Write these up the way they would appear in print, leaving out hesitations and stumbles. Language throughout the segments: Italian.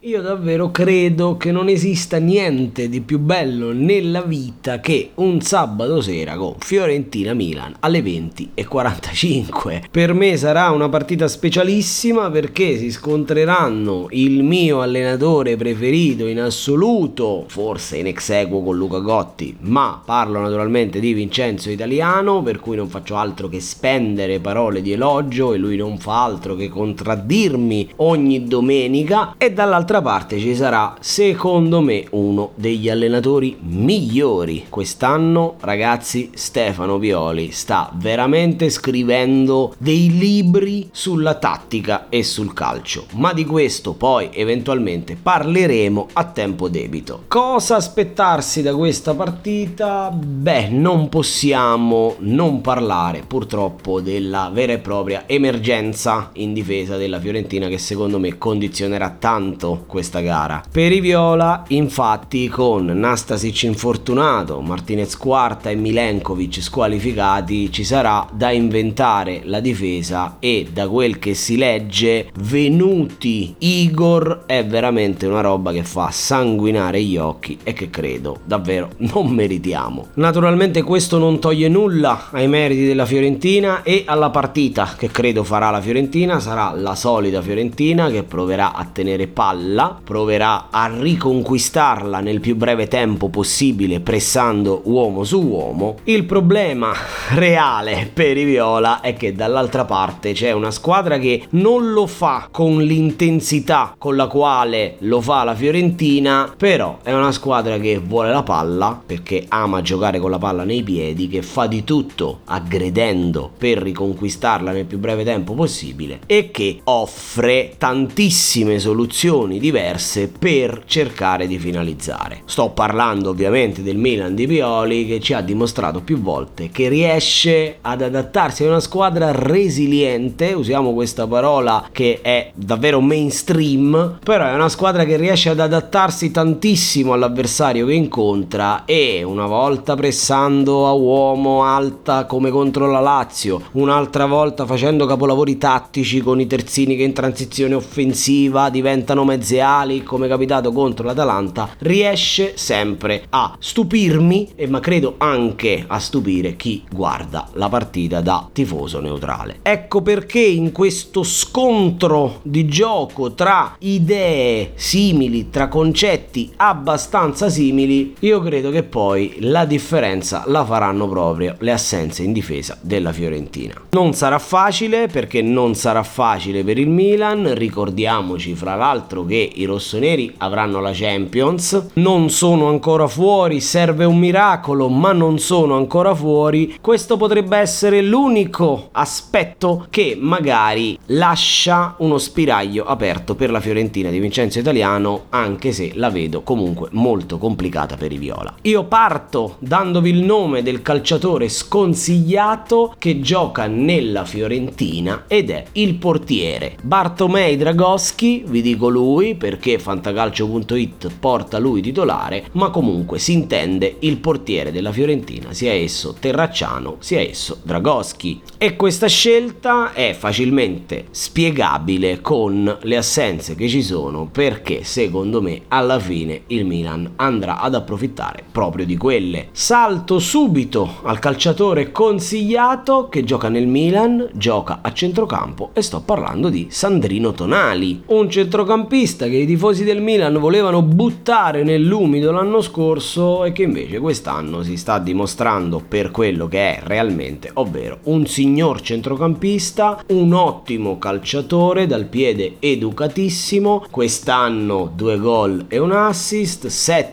Io davvero credo che non esista niente di più bello nella vita che un sabato sera con Fiorentina-Milan alle 20:45. Per me sarà una partita specialissima perché si scontreranno il mio allenatore preferito in assoluto, forse in ex equo con Luca Gotti, ma parlo naturalmente di Vincenzo Italiano, per cui non faccio altro che spendere parole di elogio e lui non fa altro che contraddirmi ogni domenica. E dall'altra parte ci sarà, secondo me, uno degli allenatori migliori quest'anno. Ragazzi, Stefano Pioli sta veramente scrivendo dei libri sulla tattica e sul calcio, ma di questo poi eventualmente parleremo a tempo debito. Cosa aspettarsi da questa partita? Beh, non possiamo non parlare purtroppo della vera e propria emergenza in difesa della Fiorentina, che secondo me condizionerà tanto questa gara. Per i viola, infatti, con Nastasic infortunato, Martinez quarta e Milenkovic squalificati, ci sarà da inventare la difesa e, da quel che si legge, Venuti Igor è veramente una roba che fa sanguinare gli occhi e che credo davvero non meritiamo. Naturalmente questo non toglie nulla ai meriti della Fiorentina e alla partita che credo farà la Fiorentina. Sarà la solita Fiorentina che proverà a tenere palla, proverà a riconquistarla nel più breve tempo possibile, pressando uomo su uomo. Il problema reale per i viola è che dall'altra parte c'è una squadra che non lo fa con l'intensità con la quale lo fa la Fiorentina, però è una squadra che vuole la palla perché ama giocare con la palla nei piedi, che fa di tutto aggredendo per riconquistarla nel più breve tempo possibile e che offre tantissime soluzioni diverse per cercare di finalizzare. Sto parlando ovviamente del Milan di Pioli, che ci ha dimostrato più volte che riesce ad adattarsi a una squadra resiliente, usiamo questa parola che è davvero mainstream, però è una squadra che riesce ad adattarsi tantissimo all'avversario che incontra e una volta pressando a uomo alta come contro la Lazio, un'altra volta facendo capolavori tattici con i terzini che in transizione offensiva diventano mezzi ali come è capitato contro l'Atalanta, riesce sempre a stupirmi ma credo anche a stupire chi guarda la partita da tifoso neutrale. Ecco perché in questo scontro di gioco tra idee simili, tra concetti abbastanza simili, io credo che poi la differenza la faranno proprio le assenze in difesa della Fiorentina. Non sarà facile, perché non sarà facile per il Milan. Ricordiamoci fra l'altro che i rossoneri avranno la Champions, non sono ancora fuori, serve un miracolo ma non sono ancora fuori. Questo potrebbe essere l'unico aspetto che magari lascia uno spiraglio aperto per la Fiorentina di Vincenzo Italiano, anche se la vedo comunque molto complicata per i viola. Io parto dandovi il nome del calciatore sconsigliato che gioca nella Fiorentina ed è il portiere Bartomej Dragoschi. Vi dico lui perché Fantacalcio.it porta lui titolare, ma comunque si intende il portiere della Fiorentina, sia esso Terracciano sia esso Dragoschi, e questa scelta è facilmente spiegabile con le assenze che ci sono, perché secondo me alla fine il Milan andrà ad approfittare proprio di quelle. Salto subito al calciatore consigliato che gioca nel Milan, gioca a centrocampo e sto parlando di Sandrino Tonali, un centrocampista che i tifosi del Milan volevano buttare nell'umido l'anno scorso e che invece quest'anno si sta dimostrando per quello che è realmente, ovvero un signor centrocampista, un ottimo calciatore dal piede educatissimo. Quest'anno 2 gol e un assist,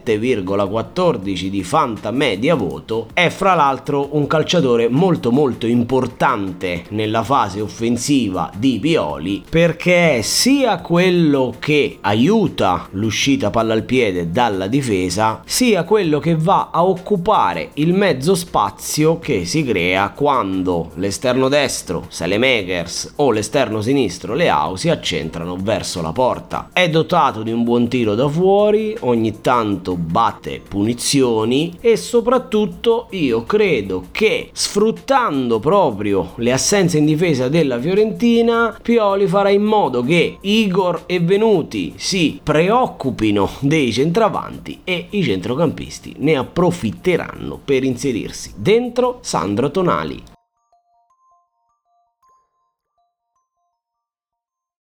7,14 di Fanta media voto. È fra l'altro un calciatore molto importante nella fase offensiva di Pioli, perché è sia quello che aiuta l'uscita palla al piede dalla difesa, sia quello che va a occupare il mezzo spazio che si crea quando l'esterno destro Saelemaekers o l'esterno sinistro Leao si accentrano verso la porta. È dotato di un buon tiro da fuori, ogni tanto batte punizioni e soprattutto io credo che, sfruttando proprio le assenze in difesa della Fiorentina, Pioli farà in modo che Igor e Venuti molti si preoccupino dei centravanti e i centrocampisti ne approfitteranno per inserirsi dentro Sandro Tonali.